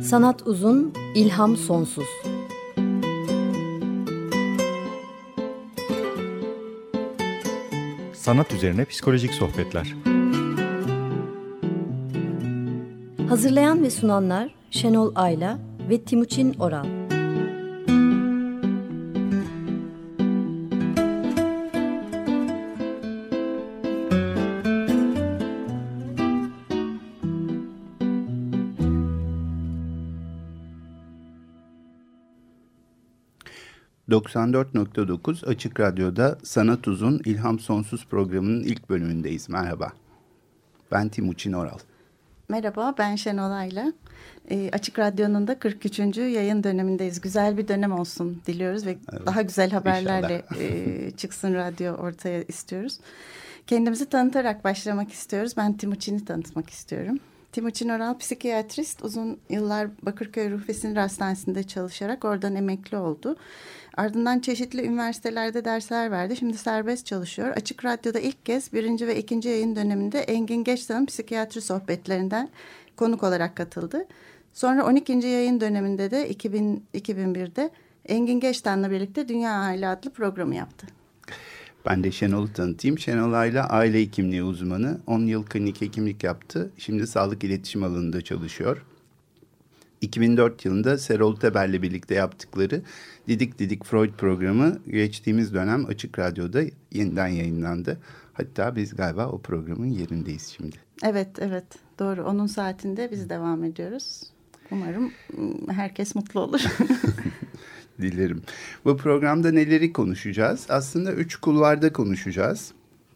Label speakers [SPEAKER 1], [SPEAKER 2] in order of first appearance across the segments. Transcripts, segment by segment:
[SPEAKER 1] Sanat uzun, ilham sonsuz.
[SPEAKER 2] Sanat üzerine psikolojik sohbetler.
[SPEAKER 1] Hazırlayan ve sunanlar Şenol Ayla ve Timuçin Oral.
[SPEAKER 3] ...94.9 Açık Radyo'da Sanat Uzun İlham Sonsuz programının ilk bölümündeyiz. Merhaba, ben Timuçin Oral.
[SPEAKER 4] Merhaba, ben Şenol Ayla. Açık Radyo'nun da 43. yayın dönemindeyiz. Güzel bir dönem olsun diliyoruz ve evet, daha güzel haberlerle çıksın radyo ortaya istiyoruz. Kendimizi tanıtarak başlamak istiyoruz. Ben Timuçin'i tanıtmak istiyorum. Timuçin Oral psikiyatrist, uzun yıllar Bakırköy Ruh ve Sinir Hastanesi'nde çalışarak oradan emekli oldu. Ardından çeşitli üniversitelerde dersler verdi. Şimdi serbest çalışıyor. Açık Radyo'da ilk kez 1. ve 2. yayın döneminde Engin Geçtan'ın psikiyatri sohbetlerinden konuk olarak katıldı. Sonra 12. yayın döneminde de 2001'de Engin Geçtan'la birlikte Dünya Aile adlı programı yaptı.
[SPEAKER 3] Ben de Şenol'u tanıtayım. Şenol Ayla aile hekimliği uzmanı. 10 yıl klinik hekimlik yaptı. Şimdi sağlık iletişim alanında çalışıyor. 2004 yılında Serol Teber'le birlikte yaptıkları Didik Didik Freud programı geçtiğimiz dönem Açık Radyo'da yeniden yayınlandı. Hatta biz galiba o programın yerindeyiz şimdi.
[SPEAKER 4] Evet, doğru. Onun saatinde biz devam ediyoruz. Umarım herkes mutlu olur.
[SPEAKER 3] Dilerim. Bu programda neleri konuşacağız? Aslında 3 kulvarda konuşacağız.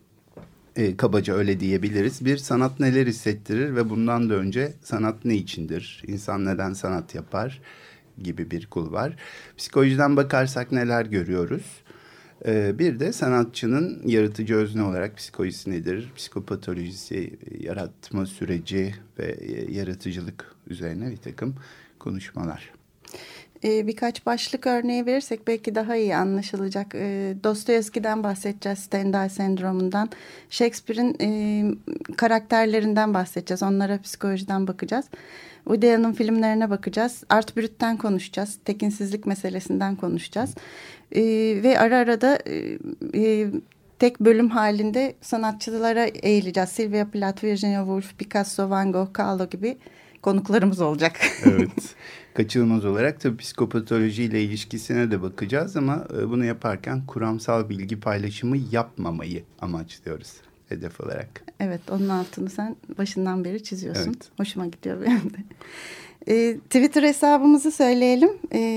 [SPEAKER 3] Kabaca öyle diyebiliriz. Bir, sanat neler hissettirir ve bundan da önce sanat ne içindir? İnsan neden sanat yapar? Gibi bir kulvar. Psikolojiden bakarsak neler görüyoruz? Bir de sanatçının yaratıcı özne olarak psikolojisi nedir? Psikopatolojisi, yaratma süreci ve yaratıcılık üzerine bir takım konuşmalar.
[SPEAKER 4] Birkaç başlık örneği verirsek belki daha iyi anlaşılacak. Dostoyevski'den bahsedeceğiz, Stendhal sendromundan. Shakespeare'in karakterlerinden bahsedeceğiz. Onlara psikolojiden bakacağız. Woody Allen filmlerine bakacağız. Art Brut'ten konuşacağız. Tekinsizlik meselesinden konuşacağız. Ve ara ara da tek bölüm halinde sanatçılara eğileceğiz. Sylvia Plath, Virginia Woolf, Picasso, Van Gogh, Kahlo gibi konuklarımız olacak.
[SPEAKER 3] Evet. Kaçınılmaz olarak tabii psikopatolojiyle ilişkisine de bakacağız ama bunu yaparken kuramsal bilgi paylaşımı yapmamayı amaçlıyoruz hedef olarak.
[SPEAKER 4] Evet, onun altını sen başından beri çiziyorsun.
[SPEAKER 3] Evet.
[SPEAKER 4] Hoşuma gidiyor benim de. Twitter hesabımızı söyleyelim.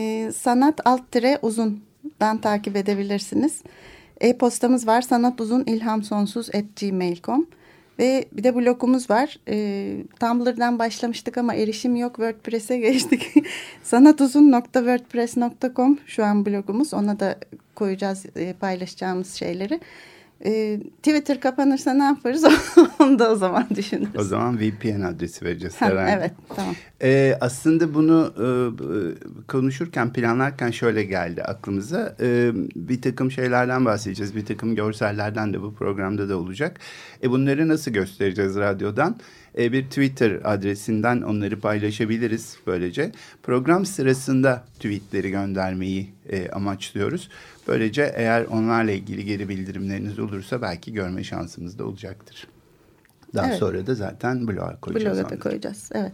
[SPEAKER 4] Sanat_uzun'dan takip edebilirsiniz. E-postamız var, sanatuzunilhamsonsuz@gmail.com. Ve bir de blogumuz var. Tumblr'dan başlamıştık ama erişim yok. WordPress'e geçtik. sanatuzun.wordpress.com şu an blogumuz. Ona da koyacağız paylaşacağımız şeyleri. Twitter kapanırsa ne yaparız? Onu da o zaman düşünürüz.
[SPEAKER 3] O zaman VPN adresi vereceğiz herhalde.
[SPEAKER 4] Evet, tamam.
[SPEAKER 3] Aslında bunu konuşurken, planlarken şöyle geldi aklımıza. Bir takım şeylerden bahsedeceğiz. Bir takım görsellerden de bu programda da olacak. Bunları nasıl göstereceğiz radyodan? Bir Twitter adresinden onları paylaşabiliriz böylece. Program sırasında tweetleri göndermeyi amaçlıyoruz. Böylece eğer onlarla ilgili geri bildirimleriniz olursa belki görme şansımız da olacaktır. Daha sonra da zaten bloğa koyacağız.
[SPEAKER 4] Bloğa da koyacağız, evet.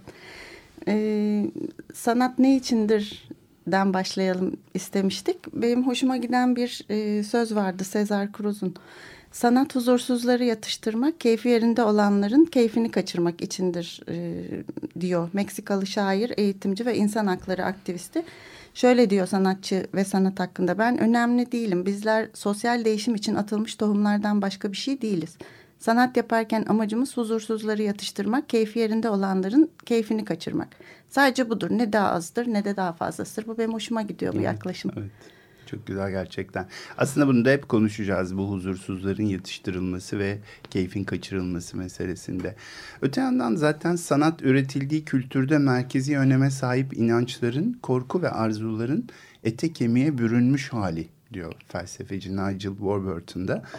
[SPEAKER 4] Sanat ne içindir'den başlayalım istemiştik. Benim hoşuma giden bir söz vardı César Cruz'un. Sanat huzursuzları yatıştırmak, keyfi yerinde olanların keyfini kaçırmak içindir diyor. Meksikalı şair, eğitimci ve insan hakları aktivisti. Şöyle diyor sanatçı ve sanat hakkında: ben önemli değilim. Bizler sosyal değişim için atılmış tohumlardan başka bir şey değiliz. Sanat yaparken amacımız huzursuzları yatıştırmak, keyfi yerinde olanların keyfini kaçırmak. Sadece budur. Ne daha azdır ne de daha fazlasıdır. Bu benim hoşuma gidiyor, bu yaklaşım.
[SPEAKER 3] Evet. Çok güzel gerçekten. Aslında bunu da hep konuşacağız, bu huzursuzların yatıştırılması ve keyfin kaçırılması meselesinde. Öte yandan zaten sanat üretildiği kültürde merkezi öneme sahip inançların, korku ve arzuların ete kemiğe bürünmüş hali diyor felsefeci Nigel Warburton'da.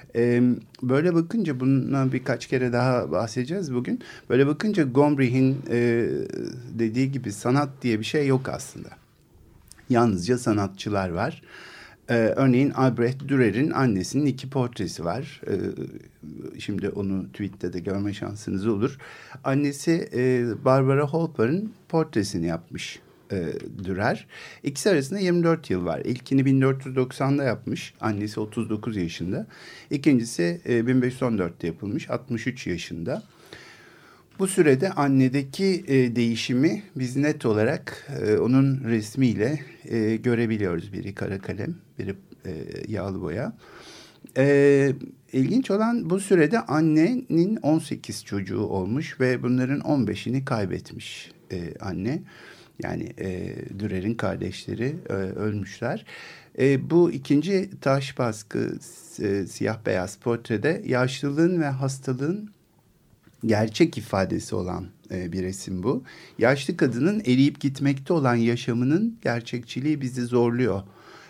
[SPEAKER 3] Böyle bakınca bundan birkaç kere daha bahsedeceğiz bugün. Böyle bakınca Gombrich'in dediği gibi sanat diye bir şey yok aslında. Yalnızca sanatçılar var. Örneğin Albrecht Dürer'in annesinin 2 portresi var. Şimdi onu tweette de görme şansınız olur. Annesi Barbara Holper'ın portresini yapmış Dürer. İkisi arasında 24 yıl var. İlkini 1490'da yapmış. Annesi 39 yaşında. İkincisi 1514'te yapılmış. 63 yaşında. Bu sürede annedeki değişimi biz net olarak onun resmiyle görebiliyoruz. Biri kara kalem, biri yağlı boya. İlginç olan bu sürede annenin 18 çocuğu olmuş ve bunların 15'ini kaybetmiş anne. Yani Dürer'in kardeşleri ölmüşler. Bu ikinci taş baskı siyah beyaz portrede yaşlılığın ve hastalığın gerçek ifadesi olan bir resim bu. Yaşlı kadının eriyip gitmekte olan yaşamının gerçekçiliği bizi zorluyor.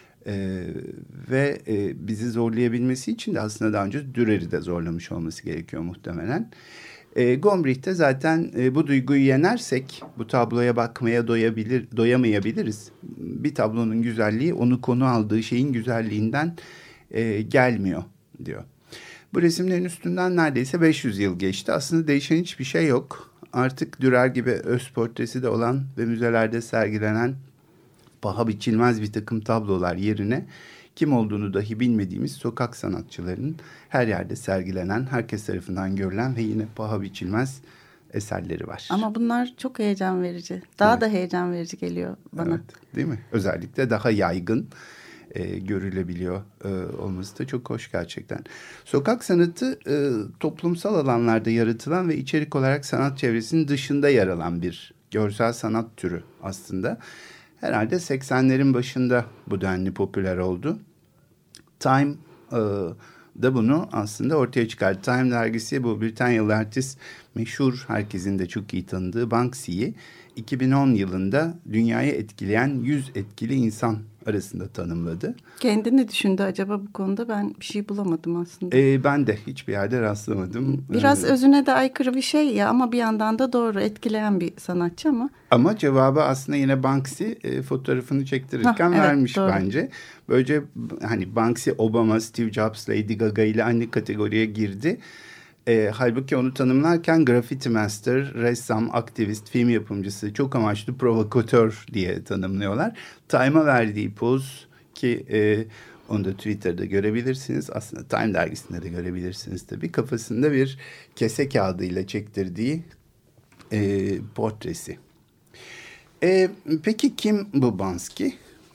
[SPEAKER 3] Ve bizi zorlayabilmesi için de aslında daha önce Dürer'i de zorlamış olması gerekiyor muhtemelen. Gombrich'te zaten bu duyguyu yenersek bu tabloya bakmaya doyamayabiliriz. Bir tablonun güzelliği onu konu aldığı şeyin güzelliğinden gelmiyor diyor. Bu resimlerin üstünden neredeyse 500 yıl geçti. Aslında değişen hiçbir şey yok. Artık Dürer gibi öz portresi de olan ve müzelerde sergilenen paha biçilmez bir takım tablolar yerine kim olduğunu dahi bilmediğimiz sokak sanatçılarının her yerde sergilenen, herkes tarafından görülen ve yine paha biçilmez eserleri var.
[SPEAKER 4] Ama bunlar çok heyecan verici. Daha da heyecan verici geliyor bana.
[SPEAKER 3] Evet, değil mi? Özellikle daha yaygın görülebiliyor olması da çok hoş gerçekten. Sokak sanatı toplumsal alanlarda yaratılan ve içerik olarak sanat çevresinin dışında yer alan bir görsel sanat türü aslında. Herhalde 80'lerin başında bu denli popüler oldu. Time da bunu aslında ortaya çıkardı. Time dergisi bu Britanyalı artist, meşhur, herkesin de çok iyi tanıdığı Banksy'yi 2010 yılında dünyayı etkileyen 100 etkili insan arasında tanımladı.
[SPEAKER 4] Kendi ne düşündü acaba bu konuda? Ben bir şey bulamadım aslında.
[SPEAKER 3] Ben de hiçbir yerde rastlamadım.
[SPEAKER 4] Biraz özüne de aykırı bir şey ya, ama bir yandan da doğru, etkileyen bir sanatçı ama.
[SPEAKER 3] Ama cevabı aslında yine Banksy fotoğrafını çektirirken vermiş evet, bence. Böylece hani Banksy, Obama, Steve Jobs, Lady Gaga ile aynı kategoriye girdi. Halbuki onu tanımlarken graffiti master, ressam, aktivist, film yapımcısı, çok amaçlı provokatör diye tanımlıyorlar. Time'a verdiği poz ki onu da Twitter'da görebilirsiniz. Aslında Time dergisinde de görebilirsiniz tabii. Kafasında bir kese kağıdıyla çektirdiği portresi. Peki kim bu Banksy?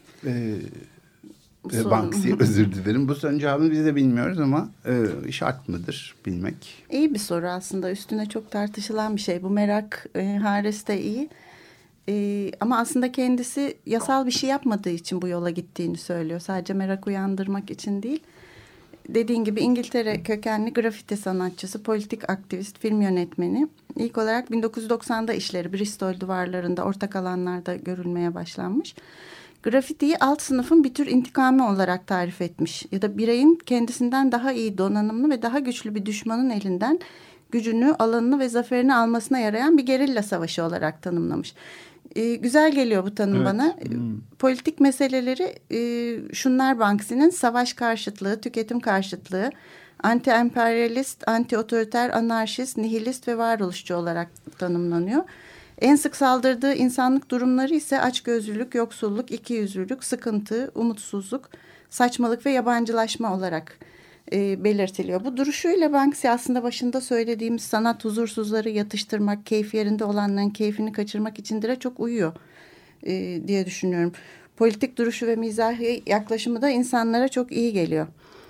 [SPEAKER 3] Banksy, özür dilerim. Bu sorunun cevabını biz de bilmiyoruz ama şart mıdır bilmek?
[SPEAKER 4] İyi bir soru aslında. Üstüne çok tartışılan bir şey. Bu merak haresi de iyi. Ama aslında kendisi yasal bir şey yapmadığı için bu yola gittiğini söylüyor. Sadece merak uyandırmak için değil. Dediğin gibi İngiltere kökenli grafiti sanatçısı, politik aktivist, film yönetmeni. İlk olarak 1990'da işleri Bristol duvarlarında, ortak alanlarda görülmeye başlanmış. Grafitiyi alt sınıfın bir tür intikamı olarak tarif etmiş. Ya da bireyin kendisinden daha iyi donanımlı ve daha güçlü bir düşmanın elinden gücünü, alanını ve zaferini almasına yarayan bir gerilla savaşı olarak tanımlamış. Güzel geliyor bu tanım bana. Politik meseleleri şunlar Banksy'nin: savaş karşıtlığı, tüketim karşıtlığı, anti-emperyalist, anti-otoriter, anarşist, nihilist ve varoluşçu olarak tanımlanıyor. En sık saldırdığı insanlık durumları ise açgözlülük, yoksulluk, ikiyüzlülük, sıkıntı, umutsuzluk, saçmalık ve yabancılaşma olarak belirtiliyor. Bu duruşuyla Banksy aslında başında söylediğimiz sanat huzursuzları yatıştırmak, keyif yerinde olanların keyfini kaçırmak içindir de çok uyuyor diye düşünüyorum. Politik duruşu ve mizahi yaklaşımı da insanlara çok iyi geliyor.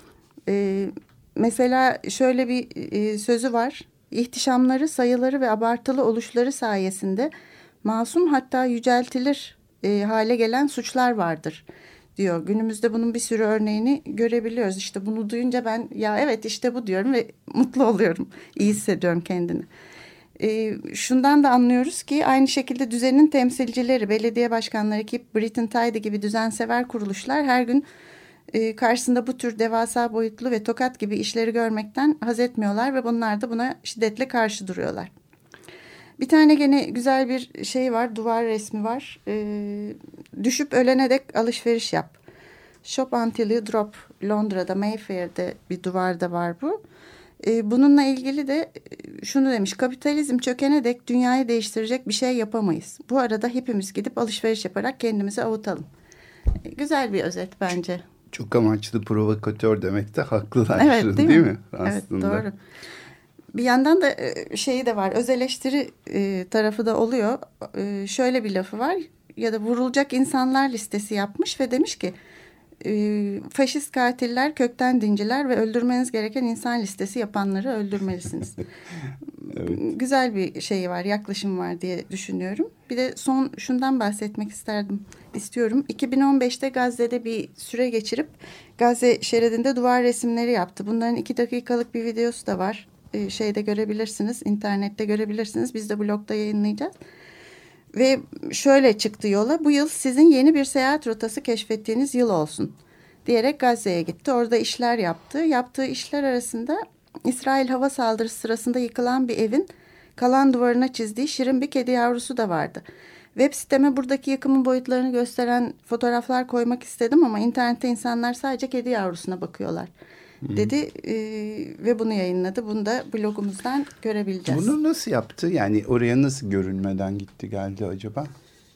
[SPEAKER 4] Mesela şöyle bir sözü var. İhtişamları, sayıları ve abartılı oluşları sayesinde masum, hatta yüceltilir hale gelen suçlar vardır diyor. Günümüzde bunun bir sürü örneğini görebiliyoruz. İşte bunu duyunca ben ya evet işte bu diyorum ve mutlu oluyorum. İyi hissediyorum kendini. Şundan da anlıyoruz ki aynı şekilde düzenin temsilcileri, belediye başkanları, ki Britain Tidy gibi düzensever kuruluşlar her gün Karşısında bu tür devasa boyutlu ve tokat gibi işleri görmekten haz etmiyorlar ve bunlar da buna şiddetle karşı duruyorlar. Bir tane gene güzel bir şey var, duvar resmi var. Düşüp ölene dek alışveriş yap. Shop until you drop. Londra'da, Mayfair'de bir duvarda var bu. Bununla ilgili de şunu demiş: kapitalizm çökene dek dünyayı değiştirecek bir şey yapamayız. Bu arada hepimiz gidip alışveriş yaparak kendimizi avutalım. Güzel bir özet bence.
[SPEAKER 3] Çok amaçlı provokatör demekte haklılar.
[SPEAKER 4] Evet, değil mi?
[SPEAKER 3] Aslında.
[SPEAKER 4] Evet, doğru. Bir yandan da şeyi de var, öz eleştiri tarafı da oluyor. Şöyle bir lafı var, ya da vurulacak insanlar listesi yapmış ve demiş ki faşist katiller, kökten dinciler ve öldürmeniz gereken insan listesi yapanları öldürmelisiniz. Evet. Güzel bir şey var, yaklaşım var diye düşünüyorum. Bir de son şundan bahsetmek istiyorum. 2015'te Gazze'de bir süre geçirip Gazze şeridinde duvar resimleri yaptı. Bunların 2 dakikalık bir videosu da var. Şeyde görebilirsiniz, internette görebilirsiniz. Biz de blogda yayınlayacağız. Ve şöyle çıktı yola: bu yıl sizin yeni bir seyahat rotası keşfettiğiniz yıl olsun diyerek Gazze'ye gitti. Orada işler yaptı. Yaptığı işler arasında İsrail hava saldırısı sırasında yıkılan bir evin kalan duvarına çizdiği şirin bir kedi yavrusu da vardı. Web siteme buradaki yıkımın boyutlarını gösteren fotoğraflar koymak istedim ama internette insanlar sadece kedi yavrusuna bakıyorlar dedi ve bunu yayınladı. Bunu da blogumuzdan görebileceğiz.
[SPEAKER 3] Bunu nasıl yaptı? Yani oraya nasıl görünmeden gitti geldi acaba?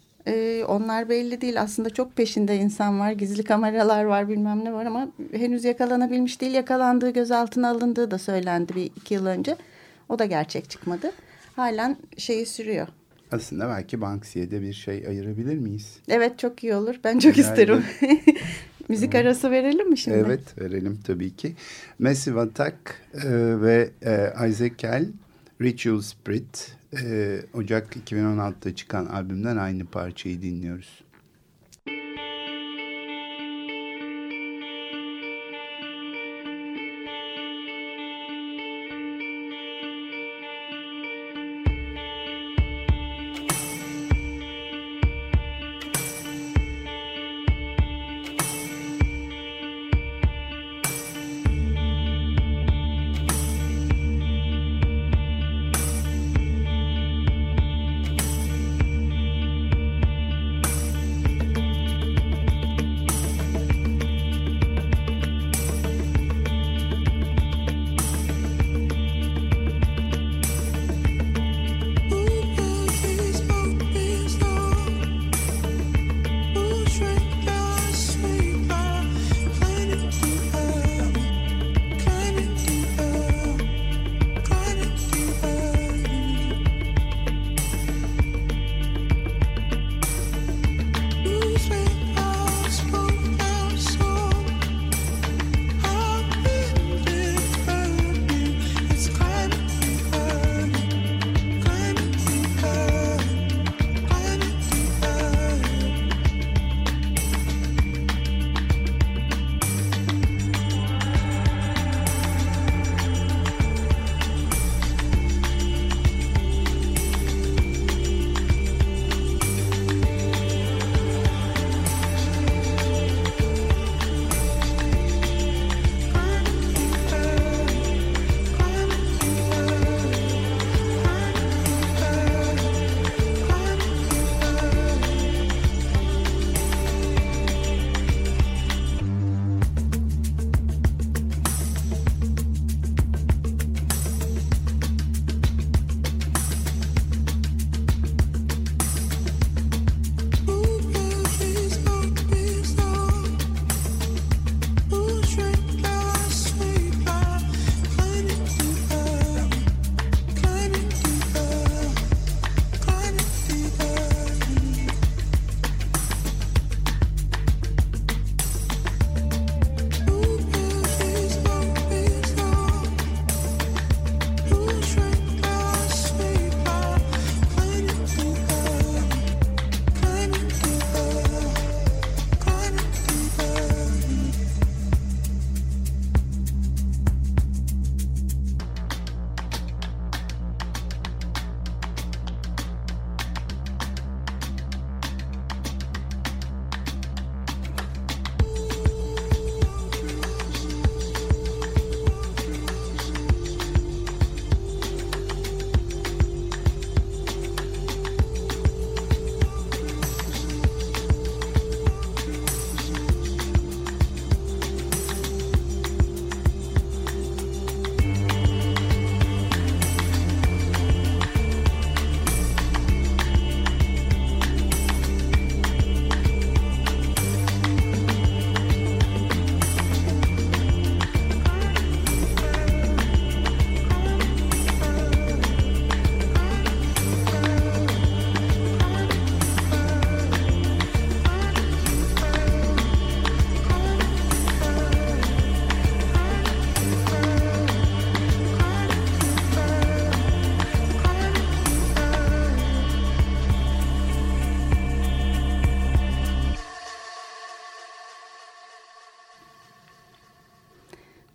[SPEAKER 4] Onlar belli değil. Aslında çok peşinde insan var. Gizli kameralar var, bilmem ne var ama henüz yakalanabilmiş değil. Yakalandığı, gözaltına alındığı da söylendi 2 yıl önce. O da gerçek çıkmadı. Halen şeyi sürüyor.
[SPEAKER 3] Aslında belki Banksy'ye de bir şey ayırabilir miyiz?
[SPEAKER 4] Evet, çok iyi olur. Ben çok isterim. Müzik arası verelim mi şimdi?
[SPEAKER 3] Evet, verelim tabii ki. Massive Attack ve Isaac Kell, Ritual Spirit, Ocak 2016'da çıkan albümden aynı parçayı dinliyoruz.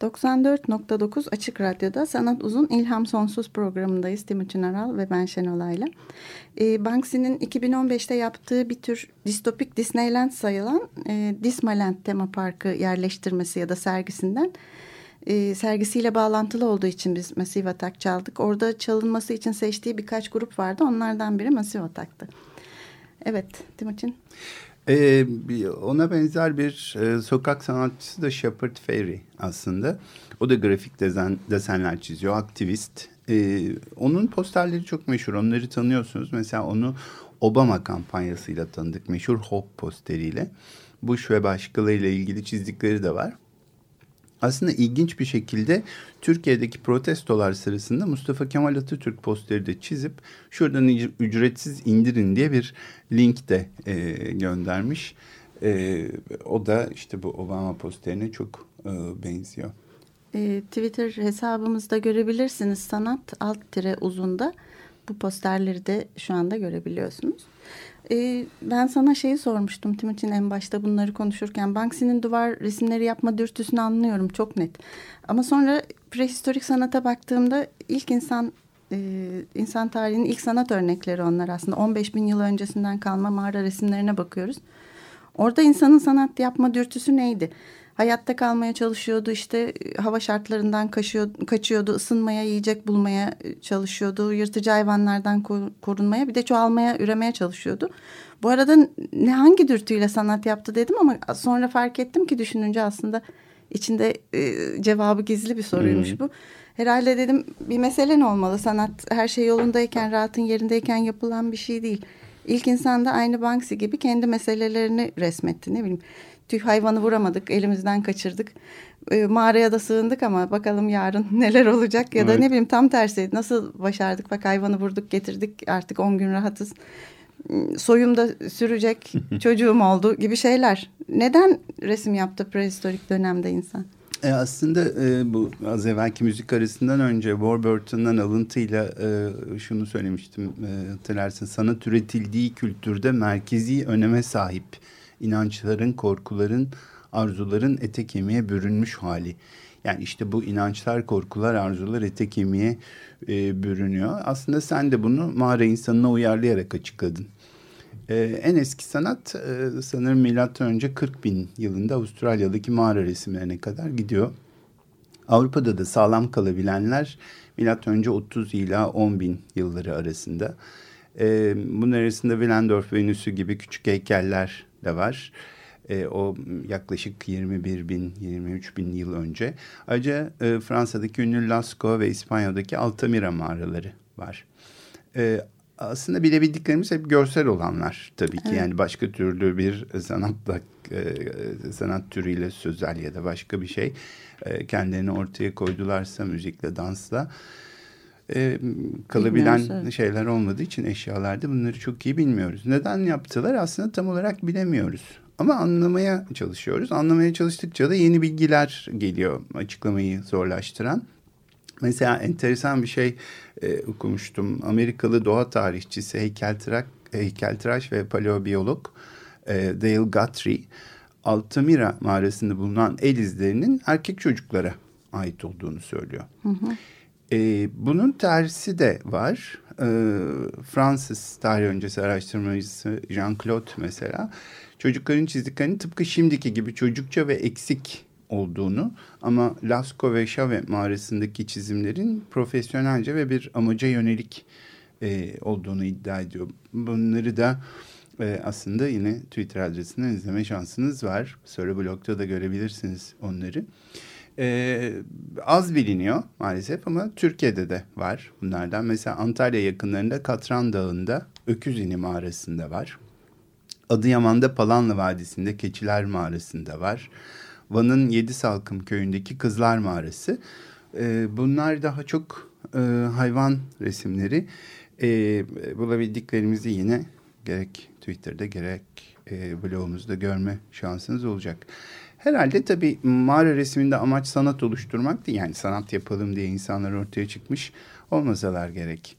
[SPEAKER 4] 94.9 Açık Radyo'da Sanat Uzun İlham Sonsuz programındayız. Timuçin Oral ve ben Şenol Ayla. Banksy'nin 2015'te yaptığı bir tür distopik Disneyland sayılan Dismaland tema parkı yerleştirmesi ya da sergisinden sergisiyle bağlantılı olduğu için biz Massive Attack çaldık. Orada çalınması için seçtiği birkaç grup vardı. Onlardan biri Massive Attack'tı. Evet, Timuçin.
[SPEAKER 3] Ona benzer bir sokak sanatçısı da Shepard Fairey aslında. O da grafik desenler çiziyor, aktivist. Onun posterleri çok meşhur, onları tanıyorsunuz. Mesela onu Obama kampanyasıyla tanıdık, meşhur Hope posteriyle. Bush ve başkalarıyla ilgili çizdikleri de var. Aslında ilginç bir şekilde Türkiye'deki protestolar sırasında Mustafa Kemal Atatürk posteri de çizip şuradan ücretsiz indirin diye bir link de göndermiş. O da işte bu Obama posterine çok benziyor.
[SPEAKER 4] Twitter hesabımızda görebilirsiniz. Sanat _uzunda bu posterleri de şu anda görebiliyorsunuz. Ben sana şeyi sormuştum Timuçin en başta bunları konuşurken. Banksy'nin duvar resimleri yapma dürtüsünü anlıyorum çok net. Ama sonra prehistorik sanata baktığımda ilk insan tarihinin ilk sanat örnekleri onlar aslında. 15 bin yıl öncesinden kalma mağara resimlerine bakıyoruz. Orada insanın sanat yapma dürtüsü neydi? Hayatta kalmaya çalışıyordu, işte hava şartlarından kaçıyordu, ısınmaya, yiyecek bulmaya çalışıyordu, yırtıcı hayvanlardan korunmaya, bir de çoğalmaya, üremeye çalışıyordu. Bu arada hangi dürtüyle sanat yaptı dedim ama sonra fark ettim ki düşününce aslında içinde cevabı gizli bir soruymuş bu. Herhalde dedim bir mesele ne olmalı? Sanat her şey yolundayken, rahatın yerindeyken yapılan bir şey değil. İlk insan da aynı Banksy gibi kendi meselelerini resmetti, ne bileyim. Tüh hayvanı vuramadık, elimizden kaçırdık. Mağaraya da sığındık ama bakalım yarın neler olacak ya da ne bileyim tam tersi nasıl başardık, bak hayvanı vurduk getirdik artık 10 gün rahatız. Soyum da sürecek, çocuğum oldu gibi şeyler. Neden resim yaptı prehistorik dönemde insan?
[SPEAKER 3] Aslında bu az evvelki müzik arasından önce Warburton'dan alıntıyla şunu söylemiştim. Hatırlarsın, sanat üretildiği kültürde merkezi öneme sahip inançların, korkuların, arzuların ete kemiğe bürünmüş hali. Yani işte bu inançlar, korkular, arzular ete kemiğe bürünüyor. Aslında sen de bunu mağara insanına uyarlayarak açıkladın. En eski sanat sanırım milattan önce 40 bin yılında Avustralya'daki mağara resimlerine kadar gidiyor. Avrupa'da da sağlam kalabilenler milattan önce 30 ila 10 bin yılları arasında. Bunun arasında Willendorf Venüsü gibi küçük heykeller de var. O yaklaşık 21 bin, 23 bin yıl önce. Ayrıca Fransa'daki ünlü Lascaux ve İspanya'daki Altamira mağaraları var. Aslında bilebildiklerimiz hep görsel olanlar tabii ki. Evet. Yani başka türlü bir sanat türüyle sözel ya da başka bir şey kendilerini ortaya koydularsa müzikle, dansla kalabilen şeyler olmadığı için eşyalarda bunları çok iyi bilmiyoruz. Neden yaptılar aslında tam olarak bilemiyoruz. Ama anlamaya çalışıyoruz. Anlamaya çalıştıkça da yeni bilgiler geliyor açıklamayı zorlaştıran. Mesela enteresan bir şey okumuştum. Amerikalı doğa tarihçisi, heykeltıraş ve paleobiyolog Dale Guthrie, Altamira mağarasında bulunan el izlerinin erkek çocuklara ait olduğunu söylüyor. Hı hı. Bunun tersi de var. Fransız tarih öncesi araştırmacısı Jean-Claude mesela çocukların çizdiklerinin tıpkı şimdiki gibi çocukça ve eksik olduğunu ama Lascaux ve Chauvet mağarasındaki çizimlerin profesyonelce ve bir amaca yönelik olduğunu iddia ediyor. Bunları da aslında yine Twitter adresinden izleme şansınız var. Sonra blogda da görebilirsiniz onları. Az biliniyor maalesef ama Türkiye'de de var bunlardan. Mesela Antalya yakınlarında Katran Dağı'nda Öküzini mağarasında var. Adıyaman'da Palanlı Vadisi'nde Keçiler Mağarası'nda var. Van'ın Yedisalkım köyündeki Kızlar Mağarası. Bunlar daha çok hayvan resimleri. Bulabildiklerimizi yine gerek Twitter'da gerek blogumuzda görme şansınız olacak. Herhalde tabii mağara resminde amaç sanat oluşturmak değil. Yani sanat yapalım diye insanlar ortaya çıkmış olmasalar gerek.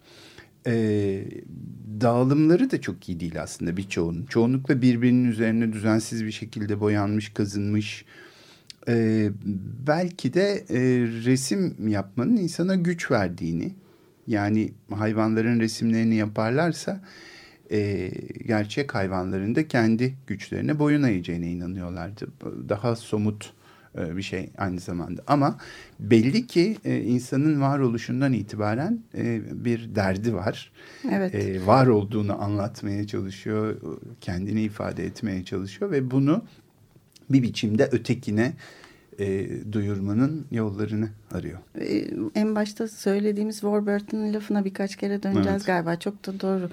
[SPEAKER 3] Dağılımları da çok iyi değil aslında birçoğunun. Çoğunlukla birbirinin üzerine düzensiz bir şekilde boyanmış, kazınmış. Belki de resim yapmanın insana güç verdiğini, yani hayvanların resimlerini yaparlarsa gerçek hayvanların da kendi güçlerine boyun eğeceğine inanıyorlardı. Daha somut bir şey aynı zamanda. Ama belli ki insanın varoluşundan itibaren bir derdi var.
[SPEAKER 4] Evet.
[SPEAKER 3] Var olduğunu anlatmaya çalışıyor, kendini ifade etmeye çalışıyor ve bunu bir biçimde ötekine duyurmanın yollarını arıyor.
[SPEAKER 4] En başta söylediğimiz Warburton'un lafına birkaç kere döneceğiz galiba. Çok da doğru.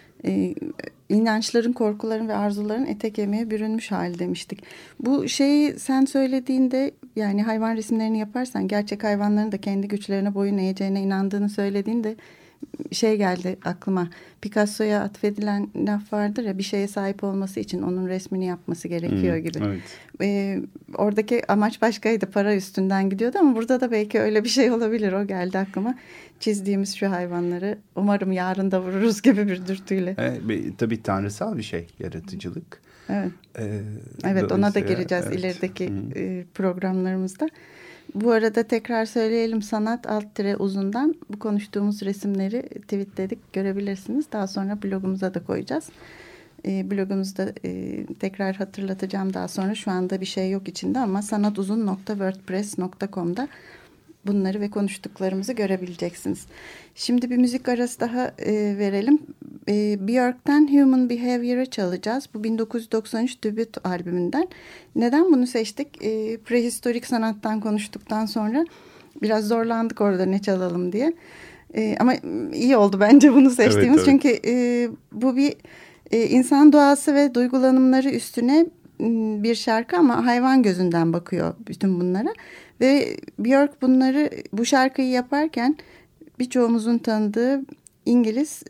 [SPEAKER 4] İnançların, korkuların ve arzuların ete kemiğe bürünmüş hali demiştik. Bu şeyi sen söylediğinde, yani hayvan resimlerini yaparsan gerçek hayvanların da kendi güçlerine boyun eğeceğine inandığını söylediğinde şey geldi aklıma. Picasso'ya atfedilen laf vardır ya, bir şeye sahip olması için onun resmini yapması gerekiyor gibi.
[SPEAKER 3] Evet.
[SPEAKER 4] Oradaki amaç başkaydı, para üstünden gidiyordu ama burada da belki öyle bir şey olabilir, o geldi aklıma. Çizdiğimiz şu hayvanları umarım yarın da vururuz gibi bir dürtüyle.
[SPEAKER 3] Tabii tanrısal bir şey yaratıcılık.
[SPEAKER 4] Evet. Evet, ona da gireceğiz ilerideki programlarımızda. Bu arada tekrar söyleyelim, sanat _uzundan bu konuştuğumuz resimleri tweetledik, görebilirsiniz. Daha sonra blogumuza da koyacağız. Blogumuzda tekrar hatırlatacağım daha sonra, şu anda bir şey yok içinde ama sanatuzun.wordpress.com'da bunları ve konuştuklarımızı görebileceksiniz. Şimdi bir müzik arası daha verelim. Björk'ten Human Behavior'ı çalacağız. Bu 1993 debüt albümünden. Neden bunu seçtik? Prehistorik sanattan konuştuktan sonra biraz zorlandık orada ne çalalım diye. Ama iyi oldu bence bunu seçtiğimiz. Evet. Çünkü bu bir insan doğası ve duygulanımları üstüne bir şarkı ama hayvan gözünden bakıyor bütün bunlara. Ve Björk bu şarkıyı yaparken birçoğumuzun tanıdığı İngiliz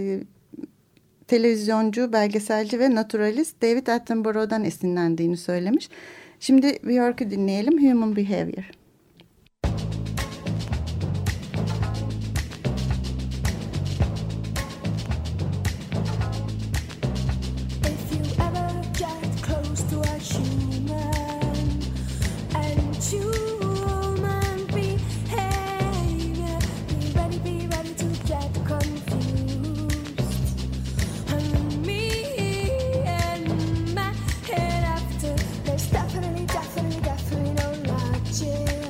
[SPEAKER 4] televizyoncu, belgeselci ve naturalist David Attenborough'dan esinlendiğini söylemiş. Şimdi Björk'ü dinleyelim, Human Behavior.
[SPEAKER 5] Definitely no logic.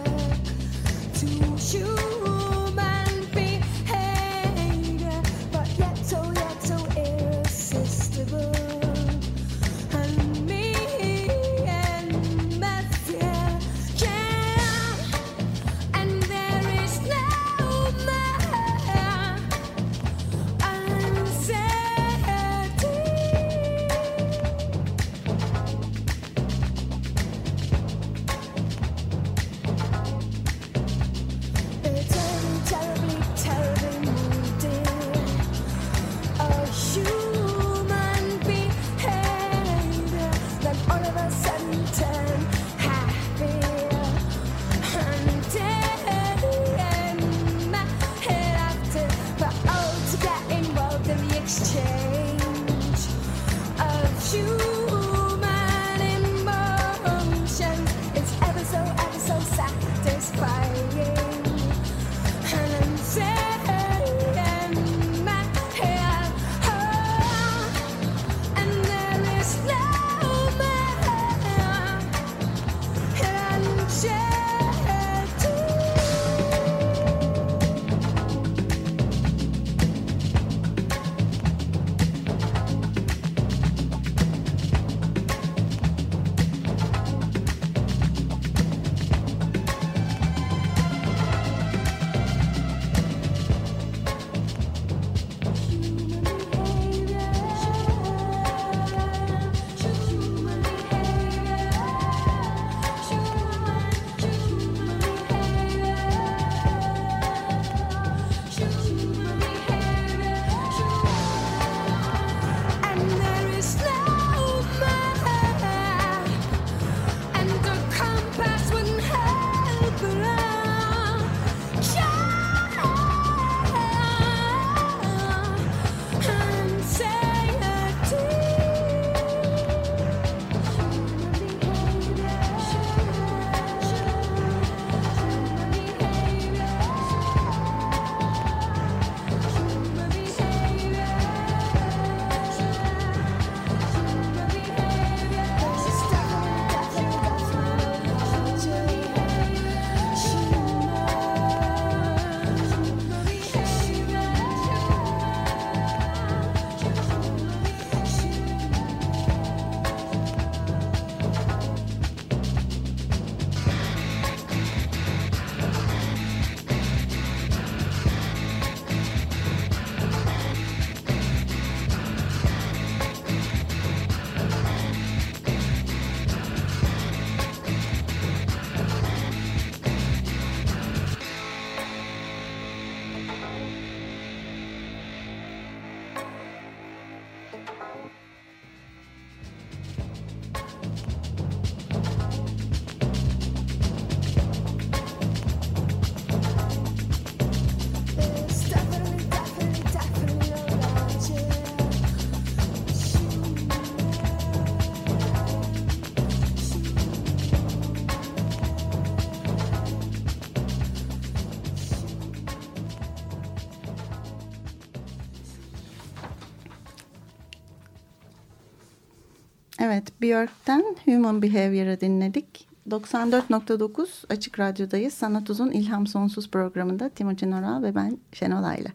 [SPEAKER 4] Evet, Björk'ten Human Behavior'ı dinledik. 94.9 Açık Radyo'dayız. Sanat Uzun İlham Sonsuz programında Timuçin Oral ve ben Şenol Ayla.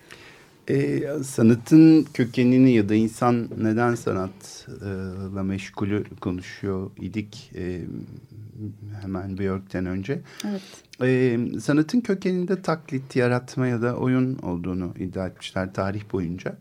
[SPEAKER 3] Sanatın kökenini ya da insan neden sanatla meşgulü konuşuyor idik hemen Björk'ten önce.
[SPEAKER 4] Evet.
[SPEAKER 3] Sanatın kökeninde taklit, yaratma ya da oyun olduğunu iddia etmişler tarih boyunca.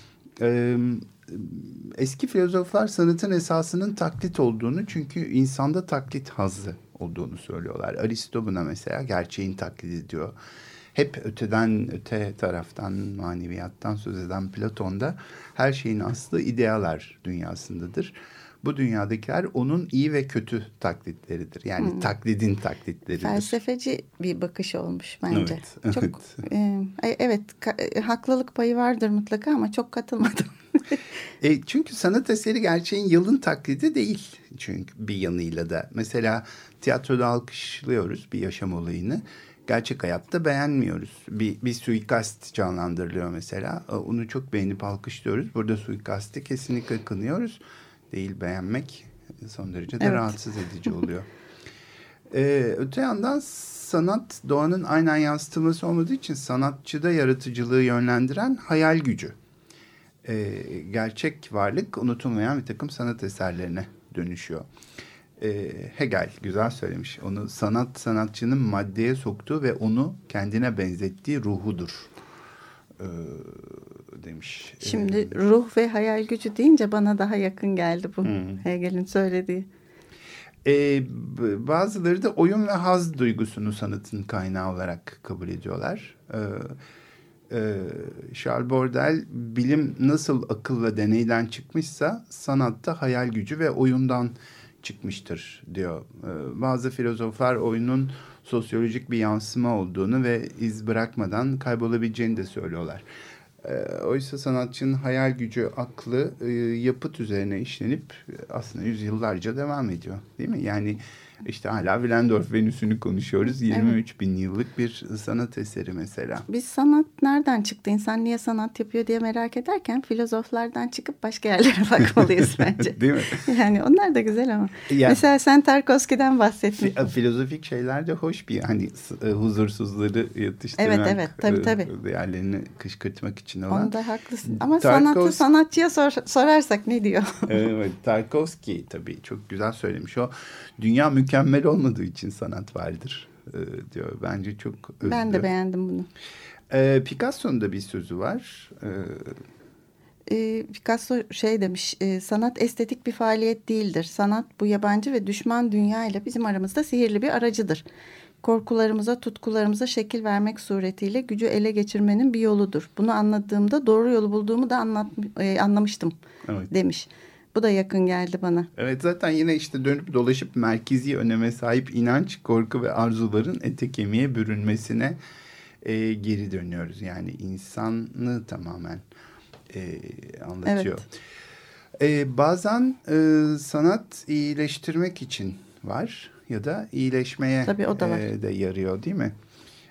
[SPEAKER 3] Eski filozoflar sanatın esasının taklit olduğunu, çünkü insanda taklit hazzı olduğunu söylüyorlar. Aristo buna mesela gerçeğin taklit ediyor. Hep öte taraftan, maneviyattan söz eden Platon da her şeyin aslı idealar dünyasındadır. Bu dünyadakiler onun iyi ve kötü taklitleridir. Yani taklidin taklitleridir.
[SPEAKER 4] Felsefeci bir bakış olmuş bence.
[SPEAKER 3] Evet,
[SPEAKER 4] çok evet, haklılık payı vardır mutlaka ama çok katılmadım.
[SPEAKER 3] Çünkü sanat eseri gerçeğin yalın taklidi değil. Çünkü bir yanıyla da mesela tiyatroda alkışlıyoruz bir yaşam olayını. Gerçek hayatta beğenmiyoruz. Bir suikast canlandırılıyor mesela. Onu çok beğenip alkışlıyoruz. Burada suikasti kesinlikle kınıyoruz. Değil, beğenmek son derece de rahatsız edici oluyor. Öte yandan sanat doğanın aynen yansıtılması olmadığı için sanatçıda yaratıcılığı yönlendiren hayal gücü. Gerçek varlık unutulmayan bir takım sanat eserlerine dönüşüyor. Hegel güzel söylemiş. Onu sanatçının maddeye soktuğu ve onu kendine benzettiği ruhudur demiş.
[SPEAKER 4] Şimdi ruh ve hayal gücü deyince bana daha yakın geldi bu Hegel'in söylediği.
[SPEAKER 3] Bazıları da oyun ve haz duygusunu sanatın kaynağı olarak kabul ediyorlar. Charles Baudelaire, bilim nasıl akıl ve deneyden çıkmışsa sanatta hayal gücü ve oyundan çıkmıştır diyor. Bazı filozoflar oyunun sosyolojik bir yansıma olduğunu ve iz bırakmadan kaybolabileceğini de söylüyorlar. Oysa sanatçının hayal gücü, aklı yapıt üzerine işlenip aslında yüzyıllarca devam ediyor, değil mi? Yani işte hala Willendorf Venüs'ünü konuşuyoruz. 23 bin yıllık bir sanat eseri mesela.
[SPEAKER 4] Biz sanat nereden çıktı, insan niye sanat yapıyor diye merak ederken filozoflardan çıkıp başka yerlere bakmalıyız bence.
[SPEAKER 3] Değil mi?
[SPEAKER 4] Yani onlar da güzel ama. Mesela sen Tarkovski'den bahsettin.
[SPEAKER 3] Filozofik şeyler de hoş bir, hani huzursuzları yatıştırmak.
[SPEAKER 4] Evet, tabii.
[SPEAKER 3] Değerlerini kışkırtmak için olan.
[SPEAKER 4] Onda haklısın. Ama sanatı sanatçıya sorarsak ne diyor?
[SPEAKER 3] Evet, Tarkovski tabii çok güzel söylemiş. O dünya mükemmel olmadığı için sanat vardır diyor. Bence çok özlü.
[SPEAKER 4] Ben de beğendim bunu.
[SPEAKER 3] Picasso'nun da bir sözü var.
[SPEAKER 4] Picasso şey demiş, sanat estetik bir faaliyet değildir. Sanat bu yabancı ve düşman dünya ile bizim aramızda sihirli bir aracıdır. Korkularımıza, tutkularımıza şekil vermek suretiyle gücü ele geçirmenin bir yoludur. Bunu anladığımda doğru yolu bulduğumu da anlamıştım demiş. Bu da yakın geldi bana.
[SPEAKER 3] Evet, zaten yine işte dönüp dolaşıp merkezi öneme sahip inanç, korku ve arzuların ete kemiğe bürünmesine geri dönüyoruz. Yani insanı tamamen anlatıyor. Evet. Bazen sanat iyileştirmek için var ya da iyileşmeye de yarıyor, değil mi?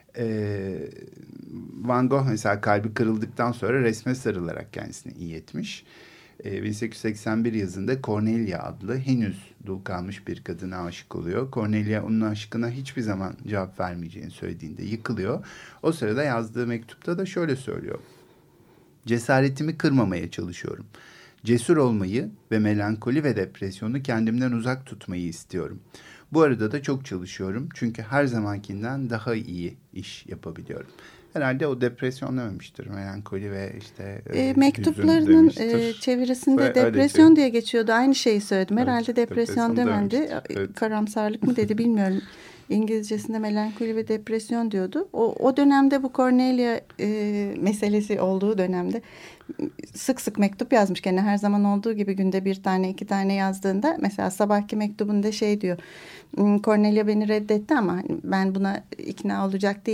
[SPEAKER 3] Van Gogh mesela kalbi kırıldıktan sonra resme sarılarak kendisini iyi etmiş. 1881 yazında Cornelia adlı henüz dul kalmış bir kadına aşık oluyor. Cornelia onun aşkına hiçbir zaman cevap vermeyeceğini söylediğinde yıkılıyor. O sırada yazdığı mektupta da şöyle söylüyor. Cesaretimi kırmamaya çalışıyorum. Cesur olmayı ve melankoli ve depresyonu kendimden uzak tutmayı istiyorum. Bu arada da çok çalışıyorum. Çünkü her zamankinden daha iyi iş yapabiliyorum. Herhalde o depresyon dememiştir. Melankoli ve işte
[SPEAKER 4] mektuplarının çevirisinde depresyon diye geçiyordu. Aynı şeyi söyledim. Herhalde depresyon demedi. Evet. Karamsarlık mı dedi bilmiyorum. İngilizcesinde melankoli ve depresyon diyordu. O dönemde bu Cornelia meselesi olduğu dönemde sık sık mektup yazmış. Gene her zaman olduğu gibi günde 1 tane 2 tane yazdığında mesela sabahki mektubunda şey diyor. Cornelia beni reddetti ama ben buna ikna olacak değilim.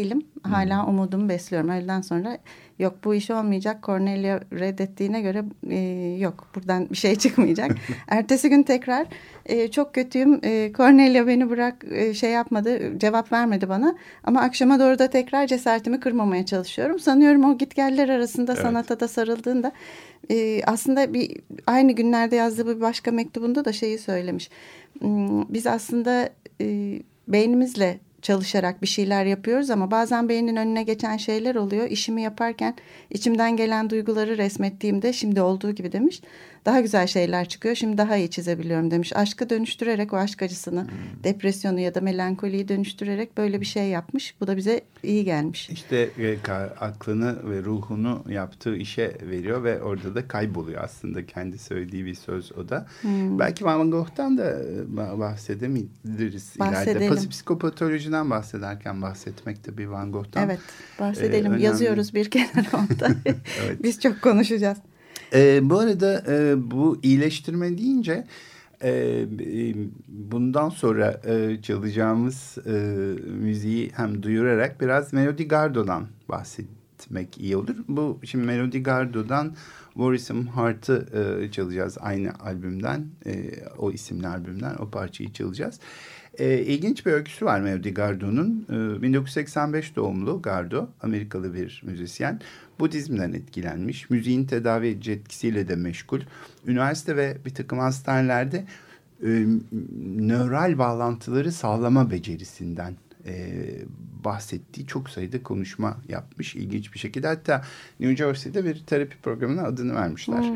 [SPEAKER 4] hala umudumu besliyorum. Öğleden sonra yok bu iş olmayacak. Cornelia reddettiğine göre yok buradan bir şey çıkmayacak. Ertesi gün tekrar çok kötüyüm. Cornelia beni bırak şey yapmadı, cevap vermedi bana. Ama akşama doğru da tekrar cesaretimi kırmamaya çalışıyorum. Sanıyorum o gitgeller arasında sanata da sarıldığında aslında aynı günlerde yazdığı bir başka mektubunda da şeyi söylemiş. Biz aslında beynimizle çalışarak bir şeyler yapıyoruz ama bazen beynin önüne geçen şeyler oluyor. İşimi yaparken içimden gelen duyguları resmettiğimde şimdi olduğu gibi demiş. Daha güzel şeyler çıkıyor. Şimdi daha iyi çizebiliyorum demiş. Aşkı dönüştürerek o aşk acısını, depresyonu ya da melankoliyi dönüştürerek böyle bir şey yapmış. Bu da bize iyi gelmiş.
[SPEAKER 3] İşte aklını ve ruhunu yaptığı işe veriyor ve orada da kayboluyor aslında. Kendi söylediği bir söz o da. Belki Van Gogh'tan da bahsedebiliriz ileride. Psikopatolojiden bahsederken bahsetmek de bir Van Gogh'tan.
[SPEAKER 4] Evet, bahsedelim. Yazıyoruz bir kenara onda. Evet. Biz çok konuşacağız.
[SPEAKER 3] Bu arada bu iyileştirme deyince bundan sonra çalacağımız müziği hem duyurarak biraz Melody Gardot'dan bahsetmek iyi olur. Şimdi Melody Gardot'dan Worrisome Heart'ı çalacağız aynı albümden, o isimli albümden o parçayı çalacağız. İlginç bir öyküsü var Melody Gardot'un. 1985 doğumlu Gardot, Amerikalı bir müzisyen. Budizmden etkilenmiş, müziğin tedavi edici etkisiyle de meşgul. Üniversite ve bir takım hastanelerde nöral bağlantıları sağlama becerisinden bahsettiği çok sayıda konuşma yapmış ilginç bir şekilde. Hatta New Jersey'de bir terapi programına adını vermişler.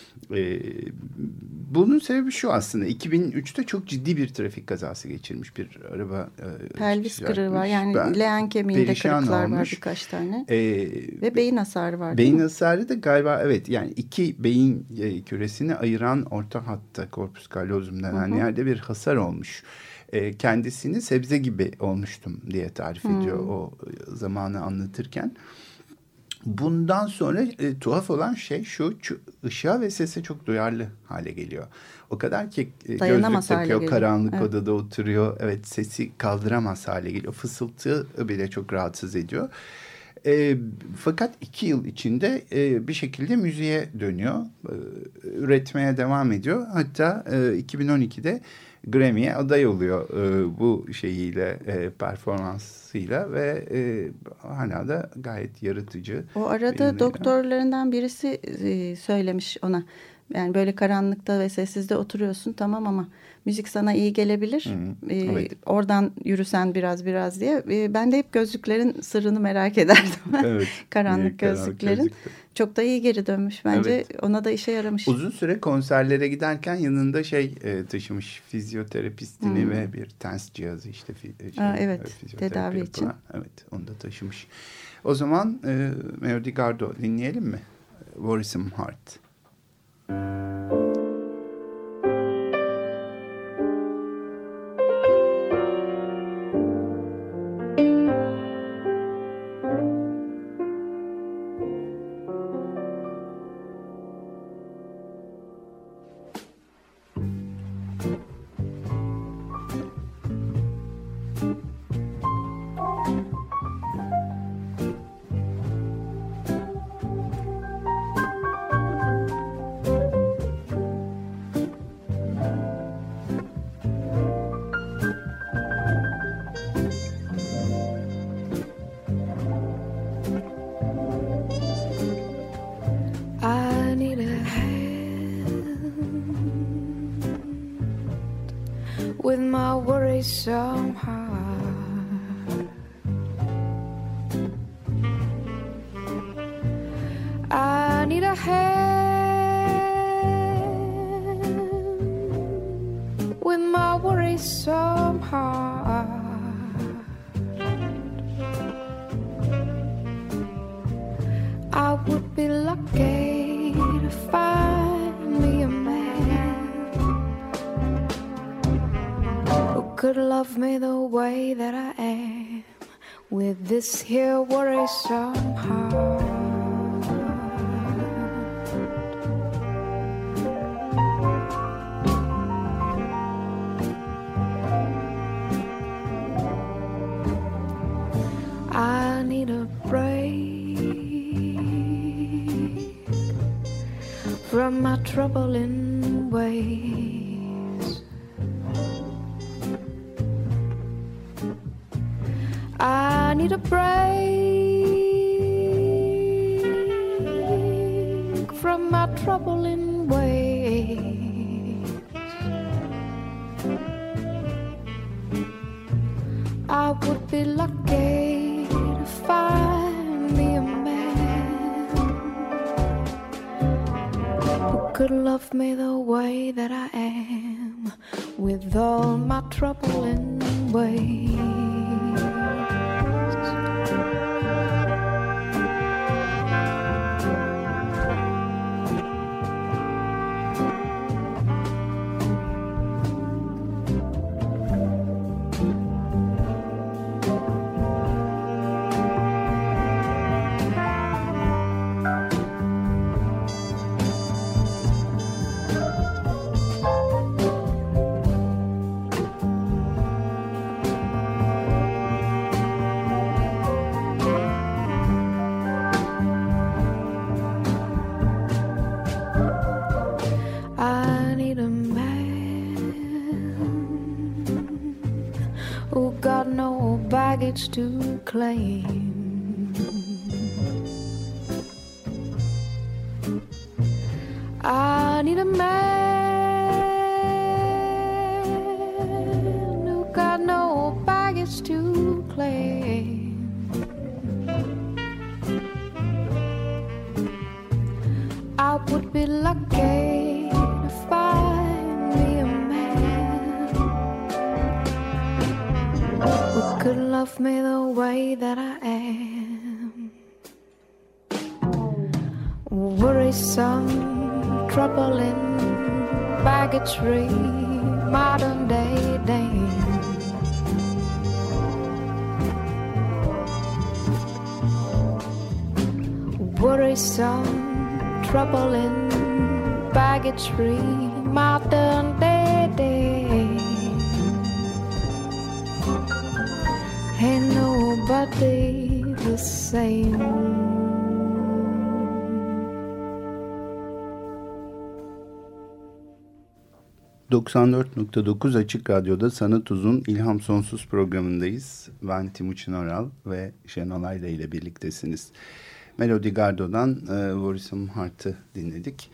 [SPEAKER 3] Bunun sebebi şu aslında. 2003'te çok ciddi bir trafik kazası geçirmiş bir araba.
[SPEAKER 4] Pelvis kırığı var. Yani leğen kemiğinde kırıklar olmuş. Var birkaç tane. Ve beyin hasarı var.
[SPEAKER 3] Beyin hasarı da galiba evet yani iki beyin küresini ayıran orta hatta corpus callosum denen yerde bir hasar olmuş. Kendisini sebze gibi olmuştum diye tarif ediyor o zamanı anlatırken. Bundan sonra tuhaf olan şey şu ışığa ve sese çok duyarlı hale geliyor. O kadar ki gözlük takıyor, karanlık odada oturuyor. Evet, sesi kaldıramaz hale geliyor. Fısıltı bile çok rahatsız ediyor. Fakat 2 yıl içinde bir şekilde müziğe dönüyor. Üretmeye devam ediyor. Hatta 2012'de Grammy'ye aday oluyor bu şeyiyle, performansıyla ve hala da gayet yaratıcı.
[SPEAKER 4] O arada doktorlarından birisi söylemiş ona. Yani böyle karanlıkta ve sessizde oturuyorsun tamam ama müzik sana iyi gelebilir. Evet. Oradan yürüsen biraz diye. Ben de hep gözlüklerin sırrını merak ederdim. Evet. Karanlık gözlüklerin. Çok da iyi geri dönmüş bence. Evet. Ona da işe yaramış.
[SPEAKER 3] Uzun süre konserlere giderken yanında taşımış, fizyoterapistini ve bir tens cihazı işte.
[SPEAKER 4] Evet, tedavi için.
[SPEAKER 3] Evet, onu da taşımış. O zaman Melody Gardot dinleyelim mi? Worrisome Heart.
[SPEAKER 5] With my worrisome heart, I need a hand. With my worrisome heart, I would be lucky to find me a man could love me the way that I am with this here worrisome heart. I need a break from my troubling ways. I need a break from my troubling ways. I would be lucky to find me a man who could love me the way that I am, with all my troubling ways. To claim I need a man who got no baggage to claim. I would be lucky to find me a man who could love me the way that I am. Worrisome, troubling, baggage-free, modern-day dame. Worrisome, troubling, baggage-free, modern-day dame. Ain't nobody the same.
[SPEAKER 3] 94.9 Açık Radyo'da Sanat Uzun İlham Sonsuz programındayız. Ben Timuçin Oral ve Şenol Ayla ile birliktesiniz. Melody Gardot'dan Worrisome Heart'ı dinledik.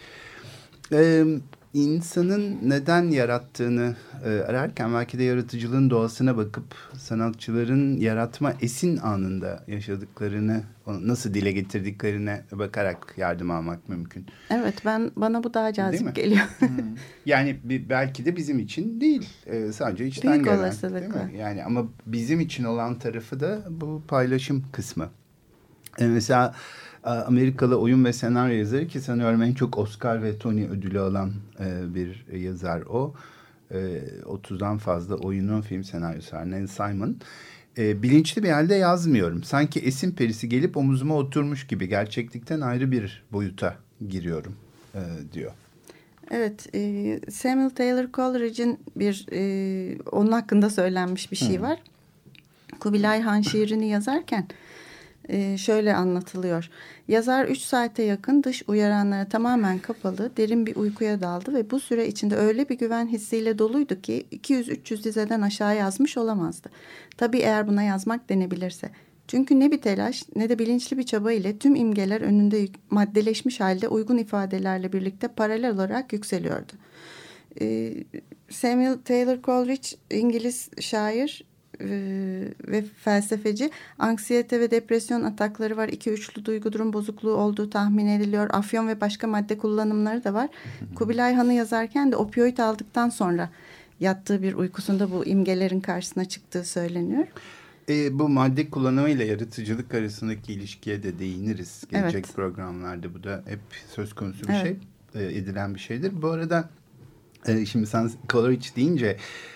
[SPEAKER 3] İnsanın neden yarattığını ararken belki de yaratıcılığın doğasına bakıp sanatçıların yaratma esin anında yaşadıklarını, nasıl dile getirdiklerine bakarak yardım almak mümkün.
[SPEAKER 4] Evet, bana bu daha cazip geliyor.
[SPEAKER 3] Yani belki de bizim için değil, sadece içten
[SPEAKER 4] büyük
[SPEAKER 3] gelen.
[SPEAKER 4] olasılıkla.
[SPEAKER 3] Değil mi? Yani ama bizim için olan tarafı da bu paylaşım kısmı. Mesela Amerikalı oyun ve senaryo yazarı, ki sanıyorum en çok Oscar ve Tony ödülü alan bir yazar o. 30'dan fazla oyunun film senaryosu var. Neil Simon. Bilinçli bir halde yazmıyorum. Sanki esin perisi gelip omuzuma oturmuş gibi gerçeklikten ayrı bir boyuta giriyorum diyor.
[SPEAKER 4] Evet, Samuel Taylor Coleridge'in onun hakkında söylenmiş bir şey var. Kubilay Han şiirini yazarken şöyle anlatılıyor. Yazar 3 saate yakın dış uyaranlara tamamen kapalı, derin bir uykuya daldı ve bu süre içinde öyle bir güven hissiyle doluydu ki 200-300 dizeden aşağı yazmış olamazdı. Tabii eğer buna yazmak denebilirse. Çünkü ne bir telaş ne de bilinçli bir çaba ile tüm imgeler önünde maddeleşmiş halde uygun ifadelerle birlikte paralel olarak yükseliyordu. Samuel Taylor Coleridge, İngiliz şair ve felsefeci. Anksiyete ve depresyon atakları var. 2-3'lü duygu durum bozukluğu olduğu tahmin ediliyor. Afyon ve başka madde kullanımları da var. Kubilay Han'ı yazarken de opioid aldıktan sonra yattığı bir uykusunda bu imgelerin karşısına çıktığı söyleniyor.
[SPEAKER 3] Bu madde kullanımıyla yaratıcılık arasındaki ilişkiye de değiniriz. Gelecek programlarda bu da hep söz konusu bir şey. Edilen bir şeydir. Bu arada şimdi sen Coleridge deyince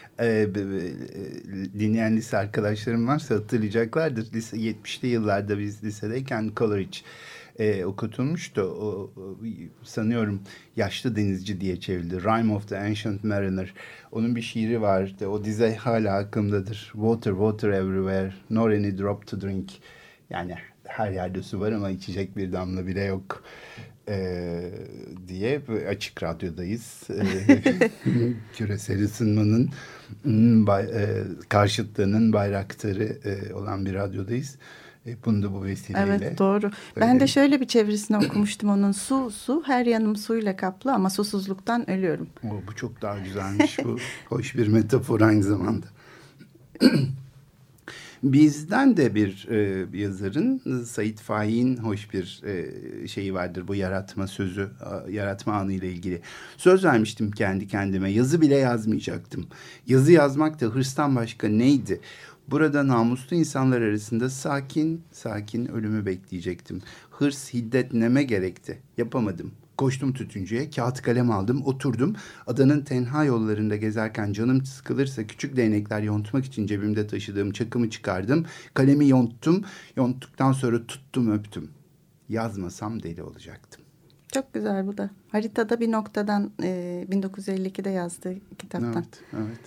[SPEAKER 3] dinleyen lise arkadaşlarım varsa hatırlayacaklardır. 70'li yıllarda biz lisedeyken Coleridge okutulmuştu. O sanıyorum Yaşlı Denizci diye çevrildi. Rime of the Ancient Mariner. Onun bir şiiri vardı. O dize hala aklımdadır. Water, water everywhere. Nor any drop to drink. Yani her yerde su var ama içecek bir damla bile yok diye Açık Radyo'dayız. Küresel ısınmanın karşıtlığının bayraktarı olan bir radyodayız. Bunu da bu vesileyle.
[SPEAKER 4] Evet, doğru. Ben de şöyle bir çevirisini okumuştum onun. Su, her yanım suyla kaplı ama susuzluktan ölüyorum.
[SPEAKER 3] Bu çok daha güzelmiş. Bu hoş bir metafor aynı zamanda. Bizden de bir yazarın, Sait Faik'in hoş bir şeyi vardır, bu yaratma sözü, yaratma anıyla ilgili. Söz vermiştim kendi kendime, yazı bile yazmayacaktım. Yazı yazmak da hırstan başka neydi? Burada namuslu insanlar arasında sakin sakin ölümü bekleyecektim. Hırs, hiddet neme gerekti. Yapamadım. Koştum tütüncüye, kağıt kalem aldım, oturdum. Adanın tenha yollarında gezerken canım sıkılırsa küçük değnekler yontmak için cebimde taşıdığım çakımı çıkardım. Kalemi yonttum, yonttuktan sonra tuttum, öptüm. Yazmasam deli olacaktım.
[SPEAKER 4] Çok güzel bu da. Haritada bir noktadan 1952'de yazdığı kitaptan.
[SPEAKER 3] Evet, evet.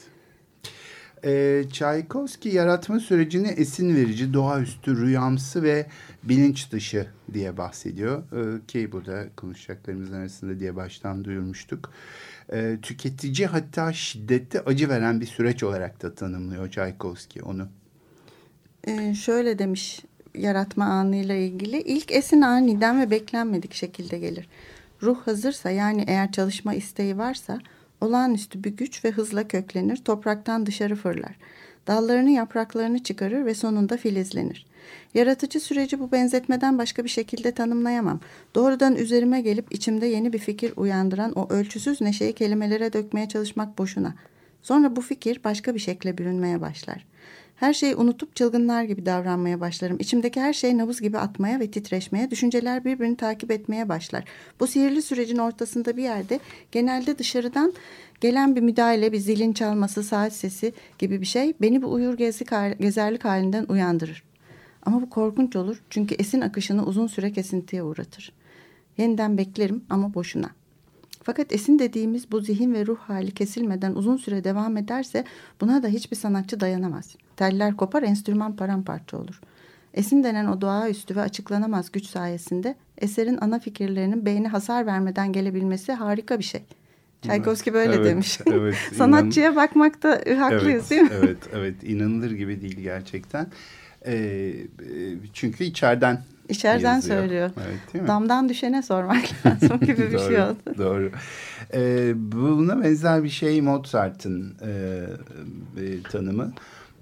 [SPEAKER 3] Çaykovski yaratma sürecini esin verici, doğaüstü, rüyamsı ve bilinç dışı diye bahsediyor. Ki bu da konuşacaklarımızın arasında diye baştan duyurmuştuk. Tüketici, hatta şiddetli acı veren bir süreç olarak da tanımlıyor Çaykovski onu.
[SPEAKER 4] Şöyle demiş yaratma anıyla ilgili. İlk esin aniden ve beklenmedik şekilde gelir. Ruh hazırsa, yani eğer çalışma isteği varsa, olağanüstü bir güç ve hızla köklenir, topraktan dışarı fırlar. Dallarını, yapraklarını çıkarır ve sonunda filizlenir. Yaratıcı süreci bu benzetmeden başka bir şekilde tanımlayamam. Doğrudan üzerime gelip içimde yeni bir fikir uyandıran o ölçüsüz neşeyi kelimelere dökmeye çalışmak boşuna. Sonra bu fikir başka bir şekle bürünmeye başlar. Her şeyi unutup çılgınlar gibi davranmaya başlarım. İçimdeki her şey nabız gibi atmaya ve titreşmeye, düşünceler birbirini takip etmeye başlar. Bu sihirli sürecin ortasında bir yerde, genelde dışarıdan gelen bir müdahale, bir zilin çalması, saat sesi gibi bir şey beni bu uyur gezerlik halinden uyandırır. Ama bu korkunç olur, çünkü esin akışını uzun süre kesintiye uğratır. Yeniden beklerim ama boşuna. Fakat esin dediğimiz bu zihin ve ruh hali kesilmeden uzun süre devam ederse buna da hiçbir sanatçı dayanamaz. Teller kopar, enstrüman paramparça olur. Esin denen o doğaüstü ve açıklanamaz güç sayesinde eserin ana fikirlerinin beyne hasar vermeden gelebilmesi harika bir şey. Çaykovski böyle demiş.
[SPEAKER 3] Evet,
[SPEAKER 4] Sanatçıya bakmakta haklıyız, değil mi?
[SPEAKER 3] Evet, inanılır gibi değil gerçekten. Çünkü içeriden yazıyor.
[SPEAKER 4] Söylüyor.
[SPEAKER 3] Evet, değil mi?
[SPEAKER 4] Damdan düşene sormak lazım gibi bir şey oldu.
[SPEAKER 3] Doğru. Buna benzer bir şey Mozart'ın tanımı.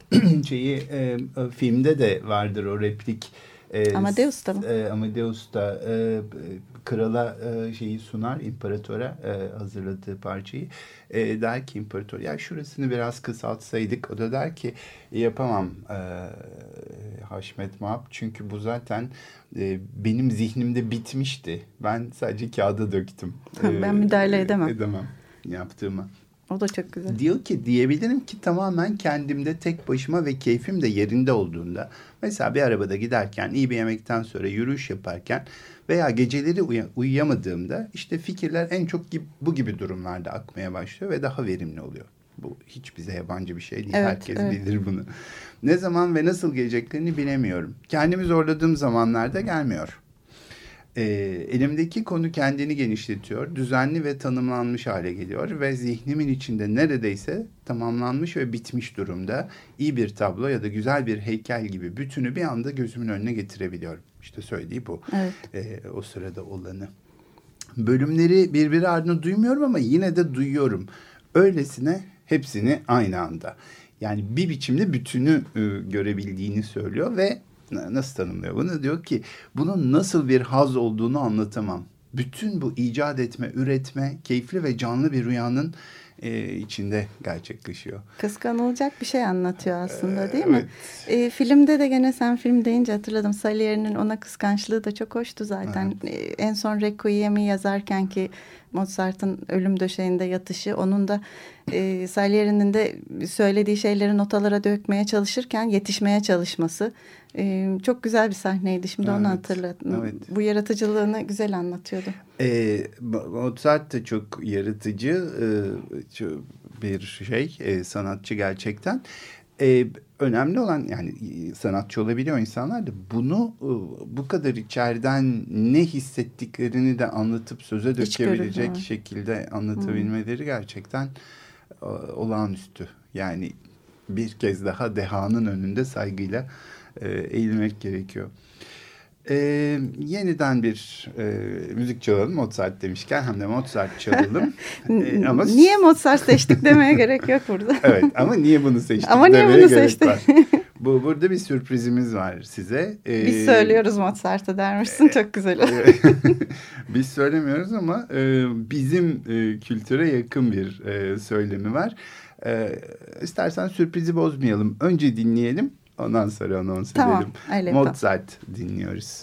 [SPEAKER 3] Filmde de vardır o replik.
[SPEAKER 4] Amadeus'ta mı?
[SPEAKER 3] Amadeus'ta krala şeyi sunar, imparatora hazırladığı parçayı. Der ki imparator, ya şurasını biraz kısaltsaydık. O da der ki yapamam Haşmet Mahap, çünkü bu zaten benim zihnimde bitmişti. Ben sadece kağıda döktüm.
[SPEAKER 4] Ben müdahale edemem.
[SPEAKER 3] Edemem yaptığıma.
[SPEAKER 4] O da çok güzel.
[SPEAKER 3] Diyebilirim ki tamamen kendimde tek başıma ve keyfim de yerinde olduğunda, mesela bir arabada giderken, iyi bir yemekten sonra yürüyüş yaparken veya geceleri uyuyamadığımda, işte fikirler en çok bu gibi durumlarda akmaya başlıyor ve daha verimli oluyor. Bu hiç bize yabancı bir şey değil.
[SPEAKER 4] Evet,
[SPEAKER 3] herkes bilir bunu. Ne zaman ve nasıl geleceklerini bilemiyorum. Kendimi zorladığım zamanlarda gelmiyor. Elimdeki konu kendini genişletiyor, düzenli ve tanımlanmış hale geliyor ve zihnimin içinde neredeyse tamamlanmış ve bitmiş durumda iyi bir tablo ya da güzel bir heykel gibi bütünü bir anda gözümün önüne getirebiliyorum. İşte söylediği bu.
[SPEAKER 4] Evet.
[SPEAKER 3] O sırada olanı. Bölümleri birbiri ardına duymuyorum ama yine de duyuyorum. Öylesine hepsini aynı anda. Yani bir biçimde bütünü görebildiğini söylüyor ve nasıl tanımlıyor bunu? Diyor ki bunun nasıl bir haz olduğunu anlatamam. Bütün bu icat etme, üretme, keyifli ve canlı bir rüyanın içinde gerçekleşiyor.
[SPEAKER 4] Kıskanılacak bir şey anlatıyor aslında, değil mi? Filmde de gene sen film deyince hatırladım. Salieri'nin ona kıskançlığı da çok hoştu zaten. Evet. En son Requiem'i yazarken ki Mozart'ın ölüm döşeğinde yatışı, onun da Salieri'nin de söylediği şeyleri notalara dökmeye çalışırken yetişmeye çalışması çok güzel bir sahneydi. Şimdi onu hatırladım. Evet. Bu yaratıcılığını güzel anlatıyordu.
[SPEAKER 3] Mozart da çok yaratıcı bir sanatçı gerçekten. Önemli olan, yani sanatçı olabiliyor insanlar da, bunu bu kadar içeriden ne hissettiklerini de anlatıp söze dökebilecek şekilde anlatabilmeleri gerçekten olağanüstü. Yani bir kez daha dehanın önünde saygıyla eğilmek gerekiyor. Yeniden bir müzik çalalım. Mozart demişken hem de Mozart çalalım.
[SPEAKER 4] Ama niye Mozart seçtik demeye gerek yok burada.
[SPEAKER 3] Evet, ama niye bunu seçtik gerek var. Burada bir sürprizimiz var size.
[SPEAKER 4] Biz söylüyoruz Mozart'ı dermişsin, çok güzel olur.
[SPEAKER 3] Biz söylemiyoruz ama bizim kültüre yakın bir söylemi var. İstersen sürprizi bozmayalım. Önce dinleyelim. Ondan sonra anons edelim.
[SPEAKER 4] Öyle
[SPEAKER 3] Mozart dinliyoruz.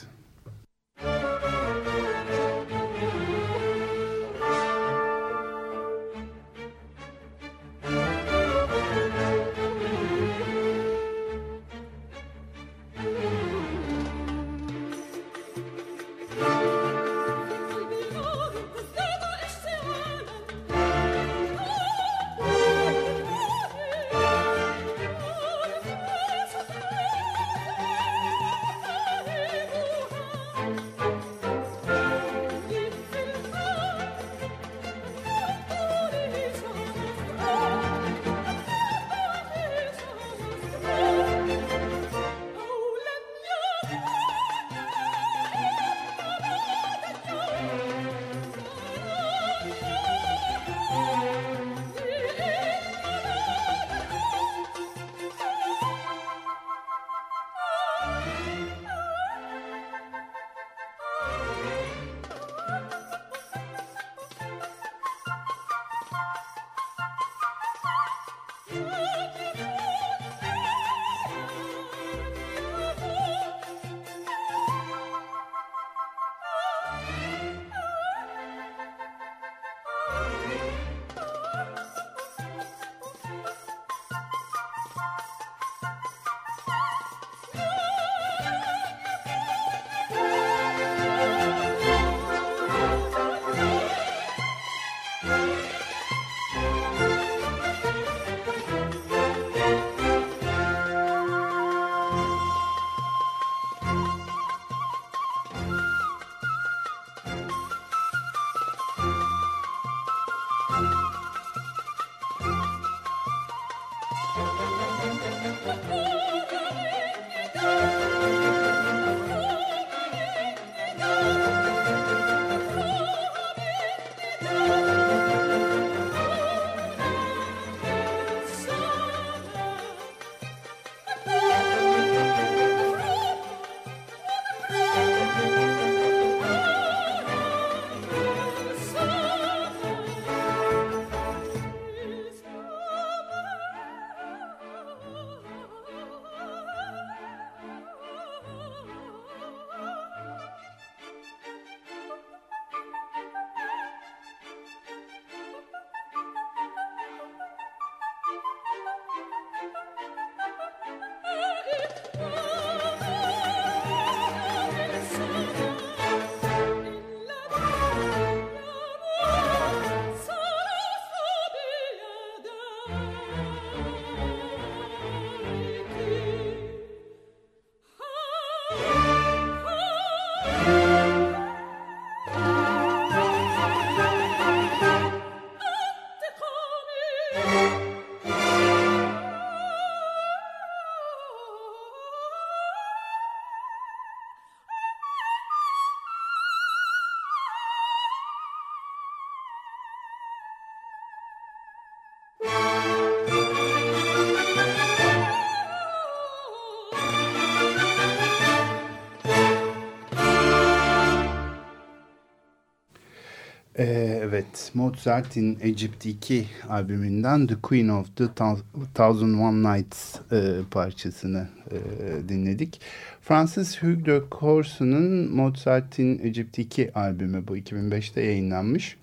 [SPEAKER 3] Evet, Mozart in Egypt 2 albümünden The Queen of the Thousand One Nights parçasını dinledik. Francis Hugues de Courcy'nin Mozart in Egypt 2 albümü, bu 2005'te yayınlanmış.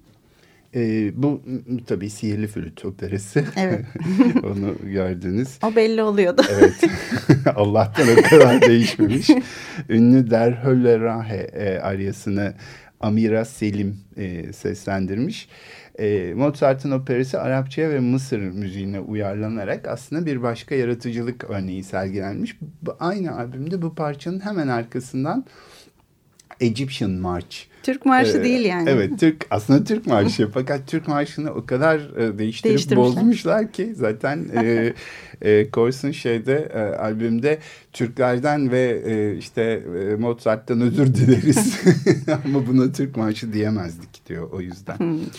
[SPEAKER 3] Bu tabii Sihirli Flüt operası.
[SPEAKER 4] Evet.
[SPEAKER 3] Onu gördünüz.
[SPEAKER 4] O belli oluyordu.
[SPEAKER 3] Evet. Allah'tan o kadar değişmemiş. Ünlü Der Hölle Rahe aryasını Amira Selim seslendirmiş. Mozart'ın operası Arapçaya ve Mısır müziğine uyarlanarak aslında bir başka yaratıcılık örneği sergilenmiş. Aynı albümde bu parçanın hemen arkasından Egyptian March.
[SPEAKER 4] Türk marşı değil yani.
[SPEAKER 3] Evet, aslında Türk marşı. Fakat Türk marşını o kadar değiştirip bozmuşlar ki zaten Corson albümde Türklerden ve işte Mozart'tan özür dileriz. Ama buna Türk marşı diyemezdik diyor o yüzden.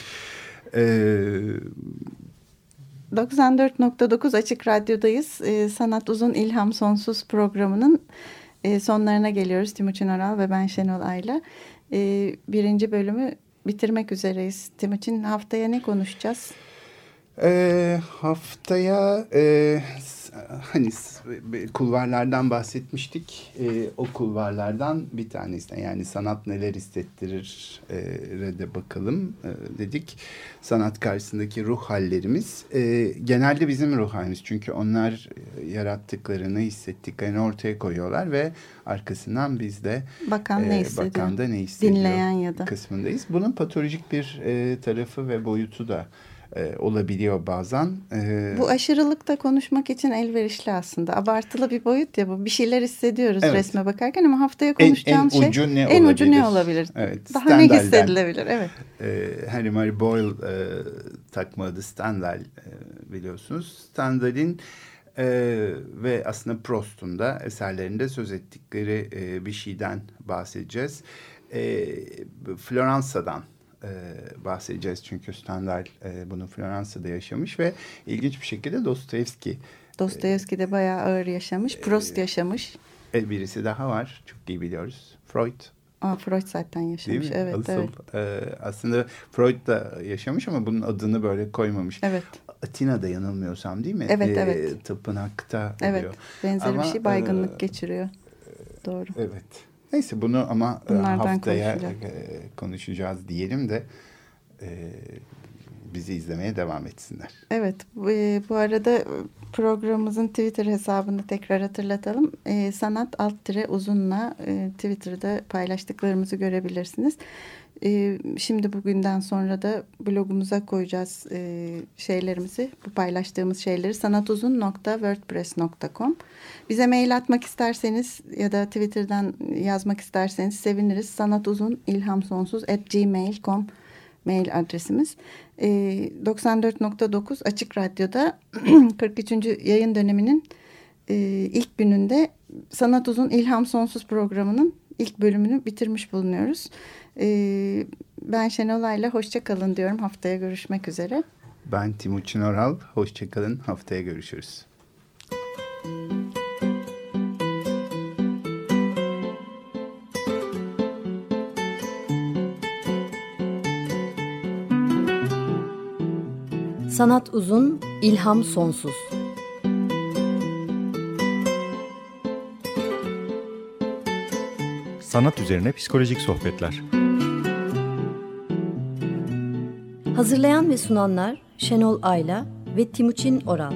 [SPEAKER 4] 94.9 Açık Radyo'dayız. Sanat Uzun İlham Sonsuz programının sonlarına geliyoruz. Timuçin Oral ve ben Şenol Ayla. Birinci bölümü bitirmek üzereyiz. Timuçin, haftaya ne konuşacağız?
[SPEAKER 3] Haftaya hani kulvarlardan bahsetmiştik. O kulvarlardan bir tanesine, yani sanat neler hissettirir de bakalım dedik. Sanat karşısındaki ruh hallerimiz genelde bizim ruh halimiz, çünkü onlar yarattıklarını, hissettiklerini ortaya koyuyorlar ve arkasından biz de
[SPEAKER 4] bakan ne hissediyor, dinleyen ya da
[SPEAKER 3] kısmındayız. Bunun patolojik bir tarafı ve boyutu da olabiliyor bazen.
[SPEAKER 4] Bu aşırılıkta konuşmak için elverişli aslında. Abartılı bir boyut ya bu. Bir şeyler hissediyoruz resme bakarken, ama haftaya konuşacağım en ucu ne olabilir?
[SPEAKER 3] Evet,
[SPEAKER 4] daha ne hissedilebilir? Evet.
[SPEAKER 3] Henry Murray Boyle takma adı Stendhal, biliyorsunuz. Stendhal'in ve aslında Proust'un da eserlerinde söz ettikleri bir şeyden bahsedeceğiz. Floransa'dan bahsedeceğiz, çünkü Stendhal bunu Floransa'da yaşamış ve ilginç bir şekilde Dostoyevski
[SPEAKER 4] de bayağı ağır yaşamış. Proust yaşamış.
[SPEAKER 3] Birisi daha var, çok iyi biliyoruz, Freud.
[SPEAKER 4] Freud zaten yaşamış. Evet,
[SPEAKER 3] evet. Aslında Freud da yaşamış ama bunun adını böyle koymamış.
[SPEAKER 4] Evet.
[SPEAKER 3] Atina'da yanılmıyorsam, değil mi?
[SPEAKER 4] Evet.
[SPEAKER 3] Tapınakta oluyor.
[SPEAKER 4] Evet, benzer bir şey, baygınlık geçiriyor. Doğru.
[SPEAKER 3] Evet. Neyse, bunu ama haftaya konuşacağız diyelim de bizi izlemeye devam etsinler.
[SPEAKER 4] Evet, bu arada programımızın Twitter hesabını tekrar hatırlatalım. Sanat _uzunla Twitter'da paylaştıklarımızı görebilirsiniz. Şimdi bugünden sonra da blogumuza koyacağız şeylerimizi, bu paylaştığımız şeyleri sanatuzun.wordpress.com. Bize mail atmak isterseniz ya da Twitter'dan yazmak isterseniz seviniriz. sanatuzunilhamsonsuz@gmail.com mail adresimiz. 94.9 Açık Radyo'da 43. yayın döneminin ilk gününde Sanat Uzun İlham Sonsuz programının ilk bölümünü bitirmiş bulunuyoruz. Ben Şenol Ayla, hoşça kalın diyorum. Haftaya görüşmek üzere.
[SPEAKER 3] Ben Timuçin Oral, hoşça kalın. Haftaya görüşürüz.
[SPEAKER 1] Sanat uzun, ilham sonsuz.
[SPEAKER 2] Sanat üzerine psikolojik sohbetler.
[SPEAKER 1] Hazırlayan ve sunanlar Şenol Ayla ve Timuçin Oral.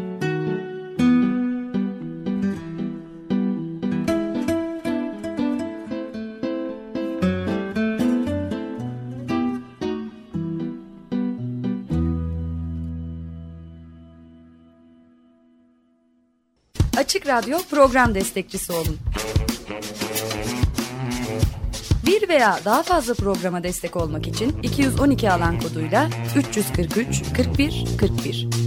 [SPEAKER 6] Açık Radyo program destekçisi olun. Bir veya daha fazla programa destek olmak için 212 alan koduyla 343 41 41